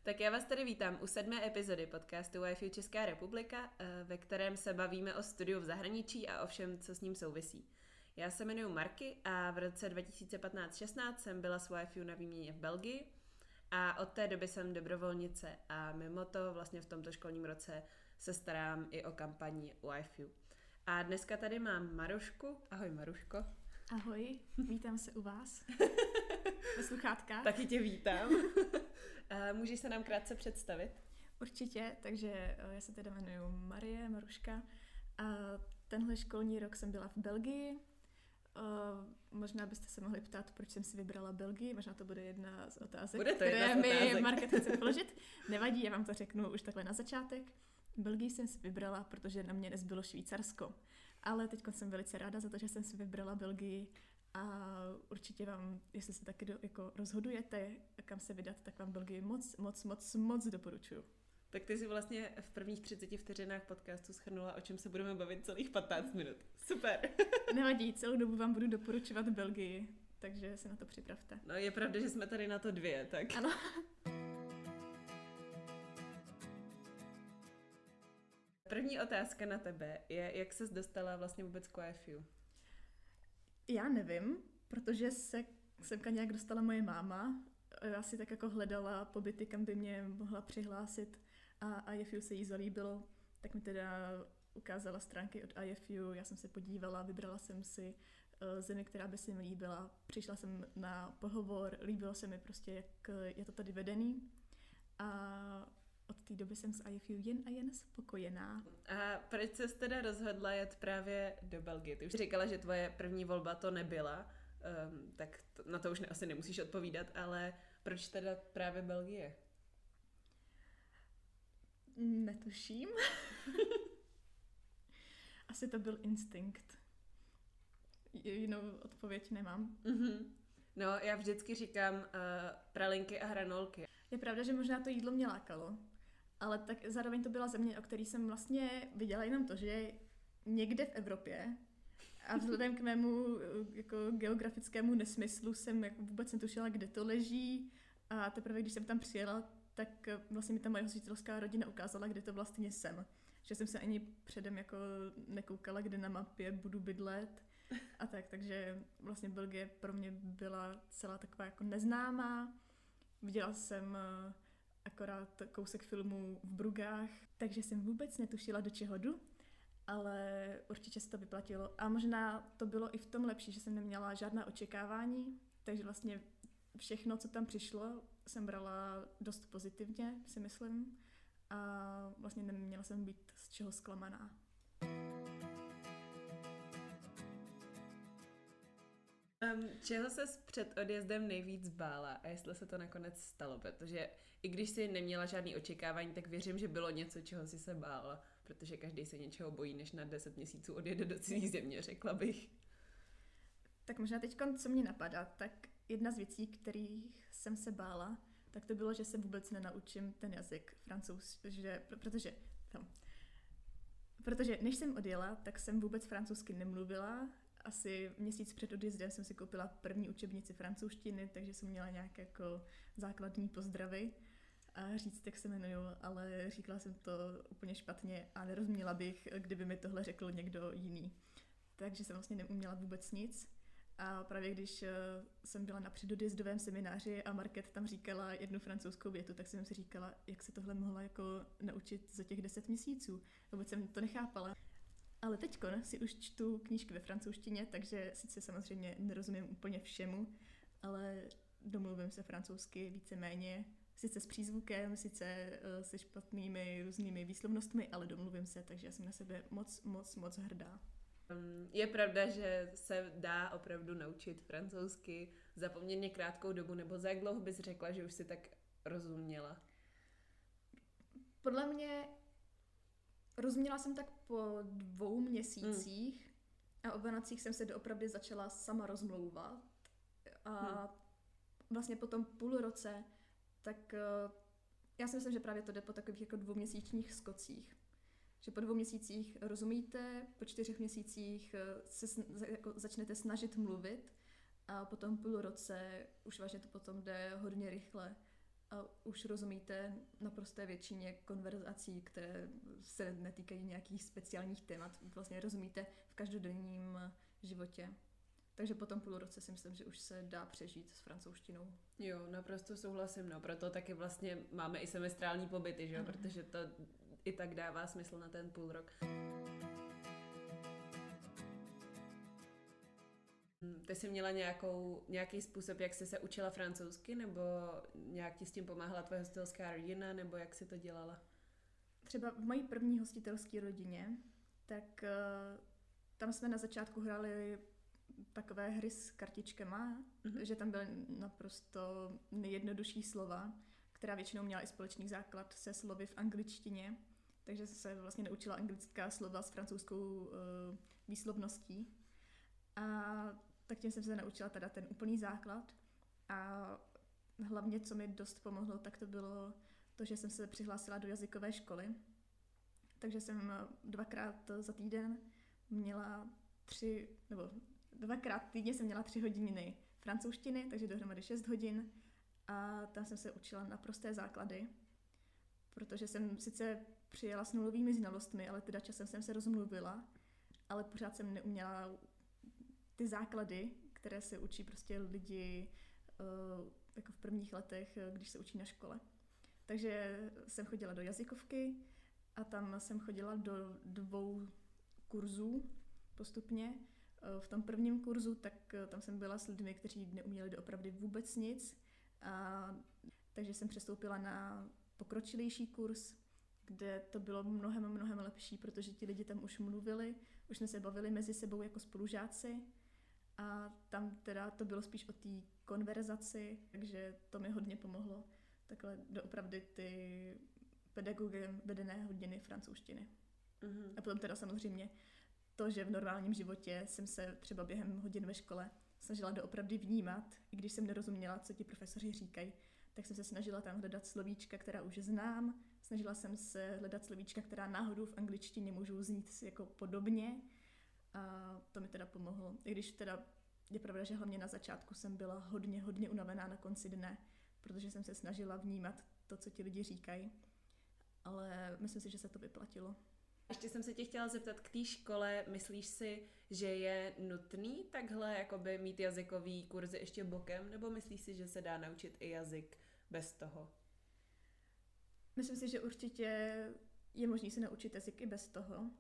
Tak já vás tady vítám u 7. epizody podcastu Wi-Fi Česká republika, ve kterém se bavíme o studiu v zahraničí a o všem, co s ním souvisí. Já se jmenuji Marky a v roce 2015-16 jsem byla s Wi-Fi na výměně v Belgii a od té doby jsem dobrovolnice a mimo to vlastně v tomto školním roce se starám i o kampaní Wi-Fi. A dneska tady mám Marušku. Ahoj Maruško. Ahoj, vítám se u vás ve sluchátkách. Taky tě vítám. Můžeš se nám krátce představit? Určitě, takže já se teda jmenuji Maruška a tenhle školní rok jsem byla v Belgii. Možná byste se mohli ptát, proč jsem si vybrala Belgii, možná to bude jedna z otázek, které mi Market chce položit. Nevadí, já vám to řeknu už takhle na začátek. Belgii jsem si vybrala, protože na mě nezbylo Švýcarsko. Ale teď jsem velice ráda za to, že jsem si vybrala Belgii a určitě vám, jestli se taky rozhodujete, kam se vydat, tak vám Belgii moc doporučuju. Tak ty si vlastně v prvních 30 vteřinách podcastu shrnula, o čem se budeme bavit celých 15 minut. Super. Nevadí, celou dobu vám budu doporučovat Belgii, takže se na to připravte. No je pravda, že jsme tady na to dvě, tak... Ano. První otázka na tebe je, jak ses dostala vlastně vůbec k Wi-Fi? Já nevím, protože se semka nějak dostala moje máma. Já si tak jako hledala pobyty, kam by mě mohla přihlásit a IFU se jí zalíbilo, tak mi teda ukázala stránky od IFU, já jsem se podívala, vybrala jsem si zemi, která by se mi líbila, přišla jsem na pohovor, líbilo se mi prostě, jak je to tady vedený a od té doby jsem s IFU jen a jen spokojená. A proč ses teda rozhodla jet právě do Belgie? Ty už říkala, že tvoje první volba to nebyla, tak na to už asi nemusíš odpovídat, ale proč teda právě Belgie? Netuším. Asi to byl instinkt. Jinou odpověď nemám. Mm-hmm. No, já vždycky říkám pralinky a hranolky. Je pravda, že možná to jídlo mě lákalo, ale tak zároveň to byla země, o který jsem vlastně viděla jenom to, že někde v Evropě a vzhledem k mému jako geografickému nesmyslu jsem jako vůbec netušila, kde to leží a teprve, když jsem tam přijela, tak vlastně mi ta moje hostitelská rodina ukázala, kde to vlastně jsem. Že jsem se ani předem jako nekoukala, kde na mapě budu bydlet a takže vlastně Belgie pro mě byla celá taková jako neznámá. Viděla jsem akorát kousek filmů v Brugách, takže jsem vůbec netušila, do čeho jdu, ale určitě se to vyplatilo. A možná to bylo i v tom lepší, že jsem neměla žádná očekávání, takže vlastně všechno, co tam přišlo, jsem brala dost pozitivně, si myslím, a vlastně neměla jsem být z čeho zklamaná. Čeho ses před odjezdem nejvíc bála a jestli se to nakonec stalo, protože i když jsi neměla žádný očekávání, tak věřím, že bylo něco, čeho jsi se bála, protože každý se něčeho bojí, než na 10 měsíců odjede do cizí země, řekla bych. Tak možná teď, co mě napadá, tak jedna z věcí, kterých jsem se bála, tak to bylo, že se vůbec nenaučím ten jazyk protože než jsem odjela, tak jsem vůbec francouzsky nemluvila. Asi měsíc před odjezdem jsem si koupila první učebnici francouzštiny, takže jsem měla nějaké jako základní pozdravy a říct, jak se jmenuju, ale říkala jsem to úplně špatně a nerozuměla bych, kdyby mi tohle řekl někdo jiný. Takže jsem vlastně neuměla vůbec nic. A právě když jsem byla na předodjezdovém semináři a Market tam říkala jednu francouzskou větu, tak jsem si říkala, jak se tohle mohla jako naučit za těch 10 měsíců. Vůbec jsem to nechápala. Ale teďko si už čtu knížky ve francouzštině, takže sice samozřejmě nerozumím úplně všemu, ale domluvím se francouzsky víceméně, sice s přízvukem, sice se špatnými různými výslovnostmi, ale domluvím se, takže já jsem na sebe moc hrdá. Je pravda, že se dá opravdu naučit francouzsky za poměrně krátkou dobu, nebo za jak dlouho bys řekla, že už si tak rozuměla? Podle mě rozuměla jsem tak po 2 měsících a o Vánocích jsem se doopravdy začala sama rozmlouvat a vlastně po tom půl roce, tak já si myslím, že právě to jde po takových jako 2měsíčních skocích. Že po 2 měsících rozumíte, po 4 měsících se jako začnete snažit mluvit a po tom půl roce už vážně to potom jde hodně rychle. a už rozumíte naprosté většině konverzací, které se netýkají nějakých speciálních témat. Vlastně rozumíte v každodenním životě. Takže po tom půl roce si myslím, že už se dá přežít s francouzštinou. Jo, naprosto souhlasím, no. Proto taky vlastně máme i semestrální pobyty, že jo? Protože to i tak dává smysl na ten půl rok. Ty jsi měla nějaký způsob, jak jsi se učila francouzsky, nebo nějak ti s tím pomáhala tvoje hostitelská rodina, nebo jak jsi to dělala? Třeba v mojí první hostitelské rodině, tak tam jsme na začátku hráli takové hry s kartičkama, že tam byly naprosto nejjednodušší slova, která většinou měla i společný základ se slovy v angličtině, takže se vlastně naučila anglická slova s francouzskou výslovností. A tak tím jsem se naučila teda ten úplný základ. A hlavně, co mi dost pomohlo, tak to bylo to, že jsem se přihlásila do jazykové školy. Takže jsem dvakrát za týden měla dvakrát týdně jsem měla 3 hodiny francouzštiny, takže dohromady 6 hodin. A tam jsem se učila naprosté základy, protože jsem sice přijela s nulovými znalostmi, ale teda časem jsem se rozmluvila, ale pořád jsem neuměla ty základy, které se učí prostě lidi jako v prvních letech, když se učí na škole. Takže jsem chodila do jazykovky a tam jsem chodila do 2 kurzů postupně. V tom prvním kurzu, tak tam jsem byla s lidmi, kteří neuměli doopravdy vůbec nic. Takže jsem přestoupila na pokročilejší kurz, kde to bylo mnohem lepší, protože ti lidi tam už mluvili, už jsme se bavili mezi sebou jako spolužáci a tam teda to bylo spíš o té konverzaci, takže to mi hodně pomohlo. Takhle doopravdy ty pedagogem vedené hodiny francouzštiny. A potom teda samozřejmě to, že v normálním životě jsem se třeba během hodin ve škole snažila doopravdy vnímat, i když jsem nerozuměla, co ti profesoři říkají, tak jsem se snažila tam hledat slovíčka, která už znám, snažila jsem se hledat slovíčka, která náhodou v angličtině můžou znít jako podobně a to mi teda pomohlo. I když teda je pravda, že hlavně na začátku jsem byla hodně unavená na konci dne, protože jsem se snažila vnímat to, co ti lidi říkají, ale myslím si, že se to vyplatilo. Ještě jsem se tě chtěla zeptat k té škole, myslíš si, že je nutný takhle jakoby mít jazykový kurzy ještě bokem, nebo myslíš si, že se dá naučit i jazyk bez toho? Myslím si, že určitě je možné se naučit jazyk i bez toho,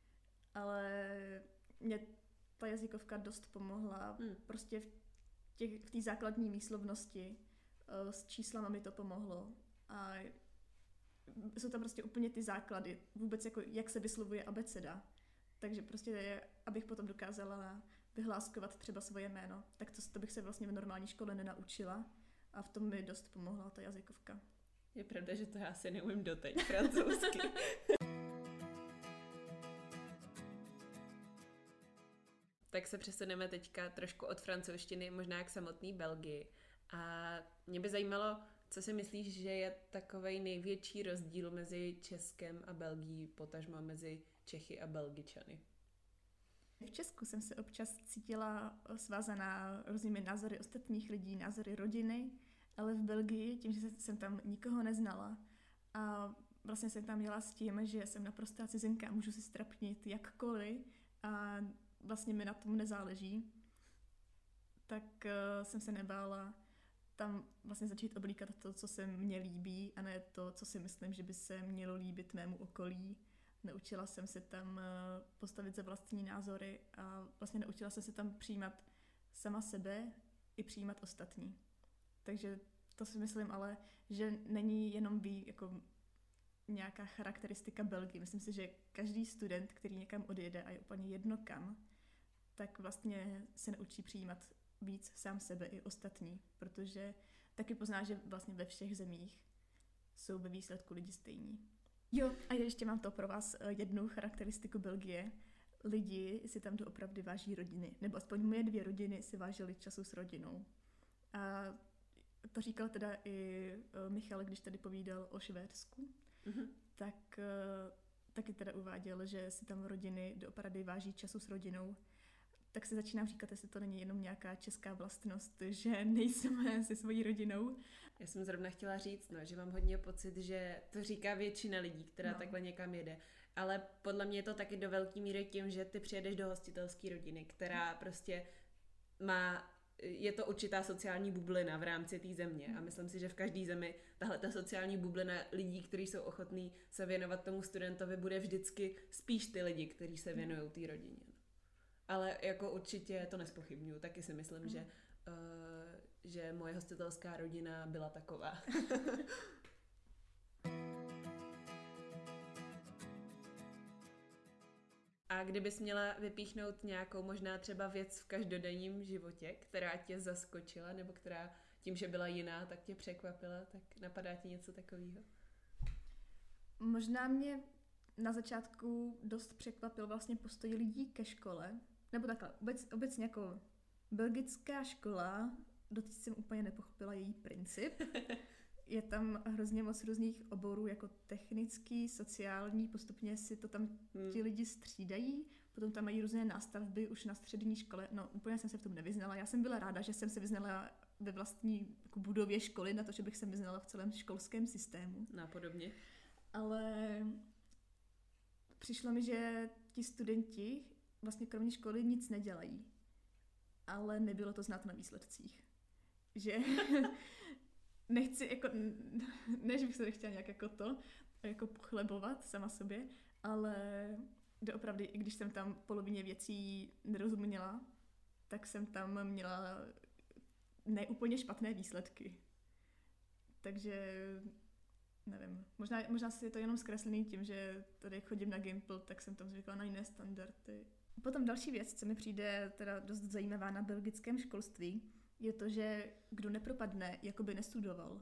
ale mě ta jazykovka dost pomohla. Prostě v té základní výslovnosti s číslama mi to pomohlo a jsou tam prostě úplně ty základy, vůbec jako jak se vyslovuje abeceda. Takže prostě, abych potom dokázala vyhláskovat třeba svoje jméno, tak to bych se vlastně v normální škole nenaučila a v tom mi dost pomohla ta jazykovka. Je pravda, že to já si neumím doteď francouzsky. Tak se přesuneme teďka trošku od francouzštiny, možná k samotné Belgii. A mě by zajímalo, co si myslíš, že je takovej největší rozdíl mezi Českem a Belgií, potažmo mezi Čechy a Belgičany? V Česku jsem se občas cítila svázaná různými názory ostatních lidí, názory rodiny, ale v Belgii, tím, že jsem tam nikoho neznala a vlastně jsem tam jela s tím, že jsem naprostá cizinka, můžu si strapnit jakkoliv a vlastně mi na tom nezáleží, tak jsem se nebála tam vlastně začít oblíkat to, co se mně líbí a ne to, co si myslím, že by se mělo líbit mému okolí. Naučila jsem se tam postavit za vlastní názory a vlastně naučila jsem se tam přijímat sama sebe i přijímat ostatní. Takže to si myslím ale, že není jenom jako nějaká charakteristika Belgie. Myslím si, že každý student, který někam odjede a je úplně jedno kam, tak vlastně se naučí přijímat víc sám sebe i ostatní, protože taky pozná, že vlastně ve všech zemích jsou ve výsledku lidi stejní. Jo, a ještě mám to pro vás jednu charakteristiku Belgie. Lidi si tam doopravdy váží rodiny, nebo aspoň moje 2 rodiny si vážily času s rodinou. A to říkal teda i Michal, když tady povídal o Švédsku, tak taky teda uváděl, že si tam rodiny doopravdy váží času s rodinou. tak si začínám říkat, jestli to není jenom nějaká česká vlastnost, že nejsme se svojí rodinou. Já jsem zrovna chtěla říct, že mám hodně pocit, že to říká většina lidí, která takhle někam jede. Ale podle mě je to taky do velké míry tím, že ty přijedeš do hostitelské rodiny, která prostě je to určitá sociální bublina v rámci té země a myslím si, že v každé zemi tahle ta sociální bublina lidí, kteří jsou ochotní se věnovat tomu studentovi, bude vždycky spíš ty lidi, kteří se věnují té rodině. Ale jako určitě to nezpochybnuju, taky si myslím, že moje hostitelská rodina byla taková. A kdybys měla vypíchnout nějakou možná třeba věc v každodenním životě, která tě zaskočila, nebo která tím, že byla jiná, tak tě překvapila, tak napadá ti něco takového? Možná mě na začátku dost překvapil vlastně postoj lidí ke škole, nebo takhle, obecně jako belgická škola, doteď jsem úplně nepochopila její princip. Je tam hrozně moc různých oborů, jako technický, sociální, postupně si to tam ti lidi střídají, potom tam mají různé nástavby už na střední škole, úplně jsem se v tom nevyznala. Já jsem byla ráda, že jsem se vyznala ve vlastní jako budově školy, na to, že bych se vyznala v celém školském systému. Podobně. Ale přišlo mi, že ti studenti vlastně kromě školy nic nedělají, ale nebylo to znát na výsledcích. Že nechci, jako, než bych se nechtěla nějak jako pochlebovat sama sobě, ale doopravdy, i když jsem tam polovině věcí nerozuměla, tak jsem tam měla neúplně špatné výsledky. Takže nevím, možná si je to jenom zkreslený tím, že tady jak chodím na Gimpl, tak jsem tam zvykla na jiné standardy. Potom další věc, co mi přijde teda dost zajímavá na belgickém školství, je to, že kdo nepropadne, jako by nestudoval.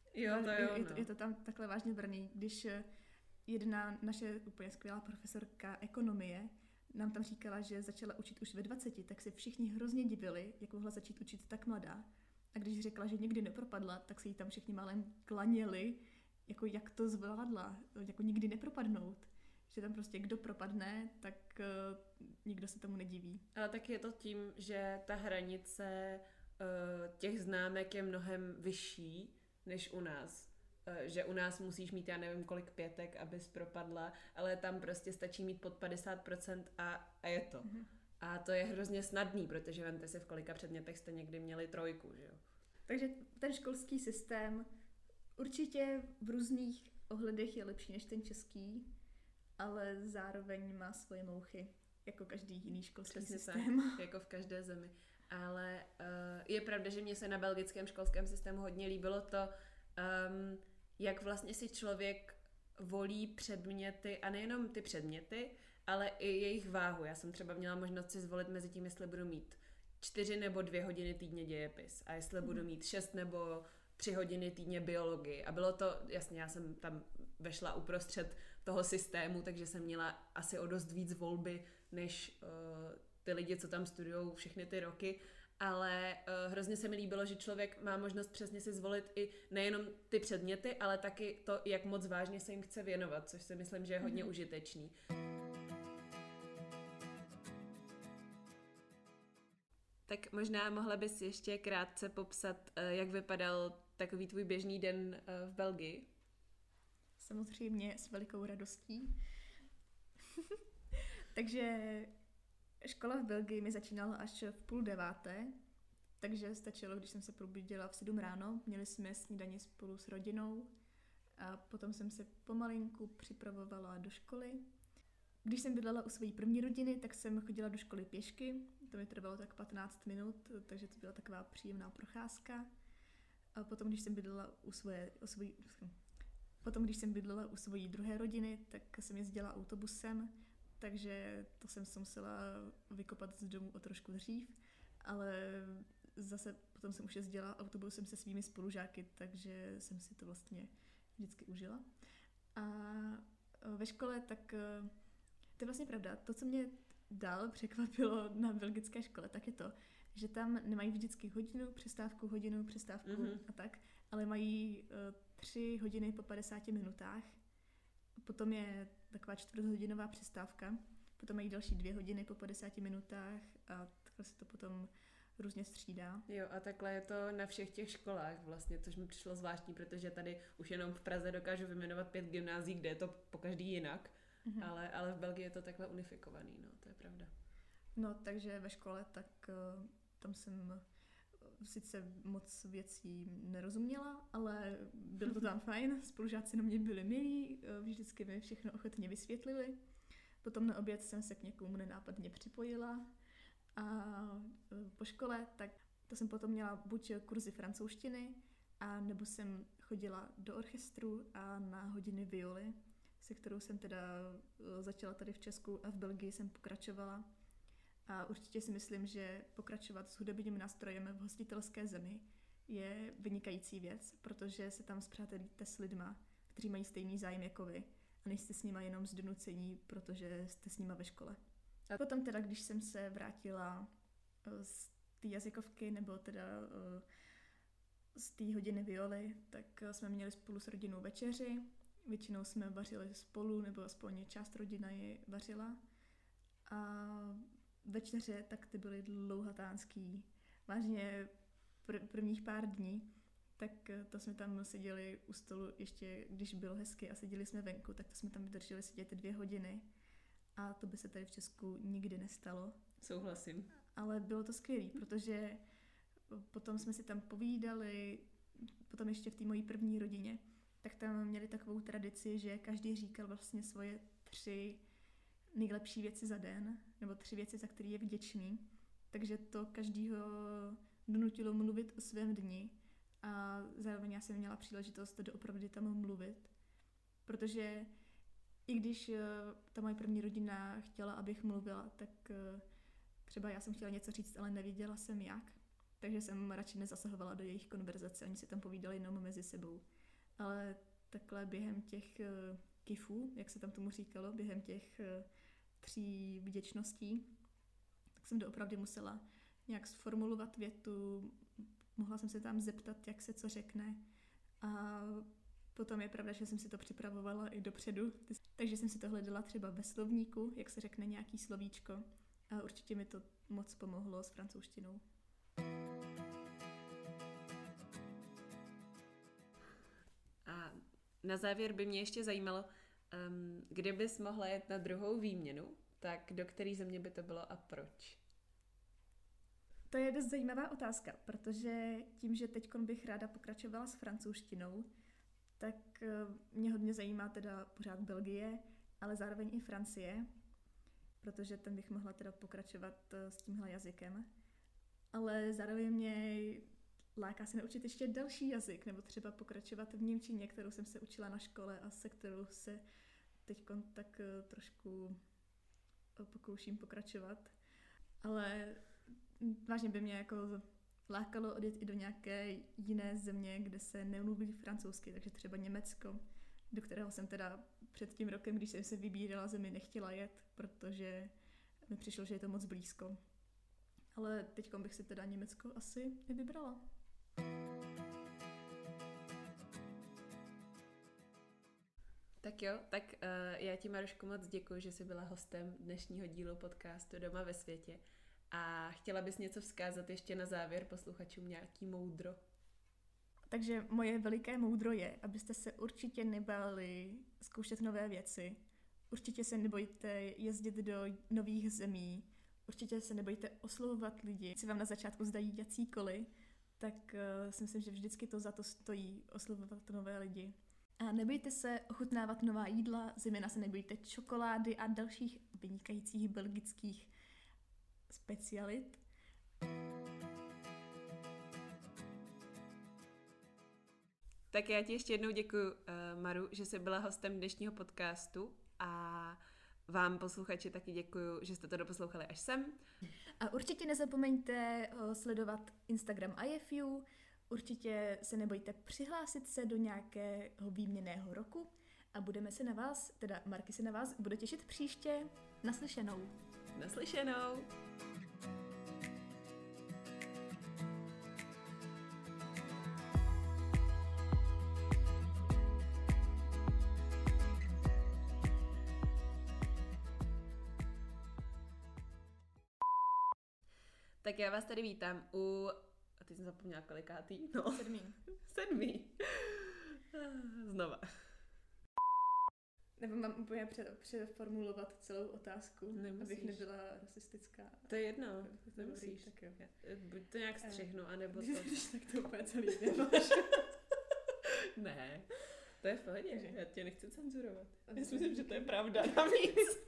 Je to tam takhle vážně brný. Když jedna naše úplně skvělá profesorka ekonomie nám tam říkala, že začala učit už ve 20, tak se všichni hrozně divili, jak mohla začít učit tak mladá. A když řekla, že nikdy nepropadla, tak se jí tam všichni málem klaněli, jako jak to zvládla, jako nikdy nepropadnout. Že tam prostě kdo propadne, tak nikdo se tomu nediví. Ale tak je to tím, že ta hranice těch známek je mnohem vyšší než u nás. Že u nás musíš mít, já nevím kolik pětek, abys propadla, ale tam prostě stačí mít pod 50% a je to. Mm-hmm. A to je hrozně snadný, protože vemte si, v kolika předmětech jste někdy měli 3, že jo? Takže ten školský systém určitě v různých ohledech je lepší než ten český, ale zároveň má svoje mouchy, jako každý jiný školský systém. Tak, jako v každé zemi. Ale je pravda, že mně se na belgickém školském systému hodně líbilo to, jak vlastně si člověk volí předměty, a nejenom ty předměty, ale i jejich váhu. Já jsem třeba měla možnost si zvolit mezi tím, jestli budu mít 4 nebo 2 hodiny týdně dějepis a jestli budu mít 6 nebo 3 hodiny týdně biologii. A bylo to, jasně, já jsem tam vešla uprostřed toho systému, takže jsem měla asi o dost víc volby, než ty lidi, co tam studujou všechny ty roky, ale hrozně se mi líbilo, že člověk má možnost přesně si zvolit i nejenom ty předměty, ale taky to, jak moc vážně se jim chce věnovat, což si myslím, že je hodně užitečný. Tak možná mohla bys ještě krátce popsat, jak vypadal takový tvůj běžný den v Belgii? Samozřejmě s velikou radostí. Takže škola v Belgii mi začínala až v 8:30, takže stačilo, když jsem se probudila v 7 ráno, měli jsme snídani spolu s rodinou a potom jsem se pomalinku připravovala do školy. Když jsem bydlela u své první rodiny, tak jsem chodila do školy pěšky, to mi trvalo tak 15 minut, takže to byla taková příjemná procházka. A potom, když jsem bydlela u svojí druhé rodiny, tak jsem jezdila autobusem, takže to jsem se musela vykopat z domu o trošku dřív, ale zase potom jsem už jezdila autobusem se svými spolužáky, takže jsem si to vlastně vždycky užila. A ve škole tak to je vlastně pravda. To, co mě dál překvapilo na belgické škole, tak je to, že tam nemají vždycky hodinu, přestávku a tak, ale mají 3 hodiny po 50 minutách. Potom je taková 4hodinová přestávka, potom mají další 2 hodiny po 50 minutách a takhle se to potom různě střídá. Jo, a takhle je to na všech těch školách vlastně, což mi přišlo zvláštní, protože tady už jenom v Praze dokážu vyjmenovat 5 gymnázií, kde je to po každý jinak, ale v Belgii je to takhle unifikovaný, no, to je pravda. No, takže ve škole, tak tam jsem sice moc věcí nerozuměla, ale bylo to tam fajn, spolužáci na mě byli milí, vždycky mi všechno ochotně vysvětlili. Potom na oběd jsem se k někomu nenápadně připojila a po škole, tak to jsem potom měla buď kurzy francouzštiny, a nebo jsem chodila do orchestru a na hodiny violy, se kterou jsem teda začala tady v Česku a v Belgii jsem pokračovala. A určitě si myslím, že pokračovat s hudebním nástrojem v hostitelské zemi je vynikající věc, protože se tam spřátelíte s lidma, kteří mají stejný zájem jako vy a nejste s nima jenom z donucení, protože jste s nima ve škole. A potom teda, když jsem se vrátila z té jazykovky nebo teda z té hodiny violy, tak jsme měli spolu s rodinou večeři. Většinou jsme vařili spolu, nebo aspoň část rodina ji vařila. A večeře, tak ty byly dlouhatánský. Vážně prvních pár dní, tak to jsme tam seděli u stolu ještě, když bylo hezky a seděli jsme venku, tak to jsme tam vydrželi sedět 2 hodiny. A to by se tady v Česku nikdy nestalo. Souhlasím. Ale bylo to skvělé, protože potom jsme si tam povídali, potom ještě v té mojí první rodině, tak tam měli takovou tradici, že každý říkal vlastně svoje 3 nejlepší věci za den, nebo 3 věci, za které je vděčný. Takže to každýho donutilo mluvit o svém dni a zároveň já jsem měla příležitost doopravdy tam mluvit, protože i když ta moje první rodina chtěla, abych mluvila, tak třeba já jsem chtěla něco říct, ale nevěděla jsem jak, takže jsem radši nezasahovala do jejich konverzace, oni si tam povídali jenom mezi sebou. Ale takhle během těch kifů, jak se tam tomu říkalo, během těch 3 vděčností, tak jsem doopravdy musela nějak sformulovat větu, mohla jsem se tam zeptat, jak se co řekne a potom je pravda, že jsem si to připravovala i dopředu, takže jsem si to hledala třeba ve slovníku, jak se řekne nějaký slovíčko a určitě mi to moc pomohlo s francouzštinou. A na závěr by mě ještě zajímalo, kdybys mohla jet na druhou výměnu, tak do které země by to bylo a proč? To je dost zajímavá otázka, protože tím, že teď bych ráda pokračovala s francouzštinou, tak mě hodně zajímá teda pořád Belgie, ale zároveň i Francie, protože tam bych mohla teda pokračovat s tímhle jazykem. Ale zároveň mě láká se naučit ještě další jazyk, nebo třeba pokračovat v němčině, kterou jsem se učila na škole a se kterou se teď tak trošku pokouším pokračovat. Ale vážně by mě jako lákalo odjet i do nějaké jiné země, kde se nemluví francouzsky, takže třeba Německo, do kterého jsem teda před tím rokem, když jsem se vybírala zemi, nechtěla jet, protože mi přišlo, že je to moc blízko. Ale teď bych si teda Německo asi nevybrala. Tak jo, tak já ti, Maruško, moc děkuji, že jsi byla hostem dnešního dílu podcastu Doma ve světě. A chtěla bys něco vzkázat ještě na závěr posluchačům, nějaký moudro? Takže moje veliké moudro je, abyste se určitě nebáli zkoušet nové věci. Určitě se nebojte jezdit do nových zemí. Určitě se nebojte oslovovat lidi. Si vám na začátku zdají jacíkoliv, tak si myslím, že vždycky to za to stojí oslovovat nové lidi. A nebojte se ochutnávat nová jídla, zejména se nebojte čokolády a dalších vynikajících belgických specialit. Tak já ti ještě jednou děkuji, Maru, že jsi byla hostem dnešního podcastu a vám, posluchači, taky děkuji, že jste to doposlouchali až sem. A určitě nezapomeňte sledovat Instagram IFU, určitě se nebojte přihlásit se do nějakého výměnného roku a budeme se na vás, teda Marky se na vás bude těšit příště. Naslyšenou. Naslyšenou. Tak já vás tady vítám u... A teď jsem zapomněla kolikátý. No. 7. Znova. Nebo mám úplně přeformulovat celou otázku, Nemusíš. abych nebyla rasistická. To je jedno, To nemusíš. Tak jo. Buď to nějak střihnu, anebo to... Tak to úplně celý nemáš. Ne, to je v pohodě, já tě nechci cenzurovat. Já si Okay. myslím, že to je pravda navíc.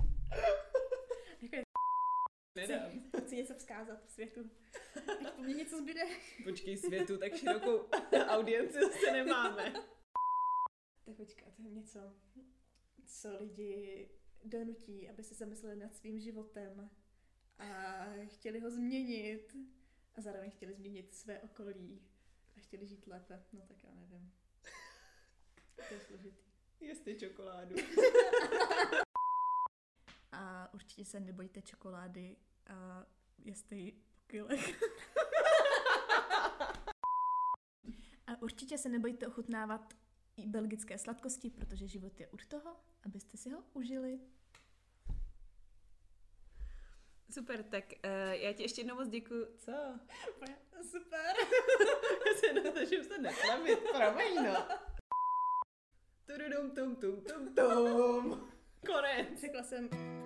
Nedám. Chci něco vzkázat světu. Teď po mně něco zbyde. Počkej, světu, tak širokou audienci zase nemáme. Tak počkat, něco, co lidi donutí, aby se zamysleli nad svým životem a chtěli ho změnit a zároveň chtěli změnit své okolí a chtěli žít lépe. No tak já nevím. To je složitý. Jeste čokoládu. A určitě se nebojte čokolády a jeste ji po kilech. A určitě se nebojte ochutnávat i belgické sladkosti, protože život je od toho, abyste si ho užili. Super, tak já ti ještě jednou moc děkuju. Co? Super. Já se nesnažím se neplavit, promiň no. Tududum tum tum tum tum. Konec. Řekla jsem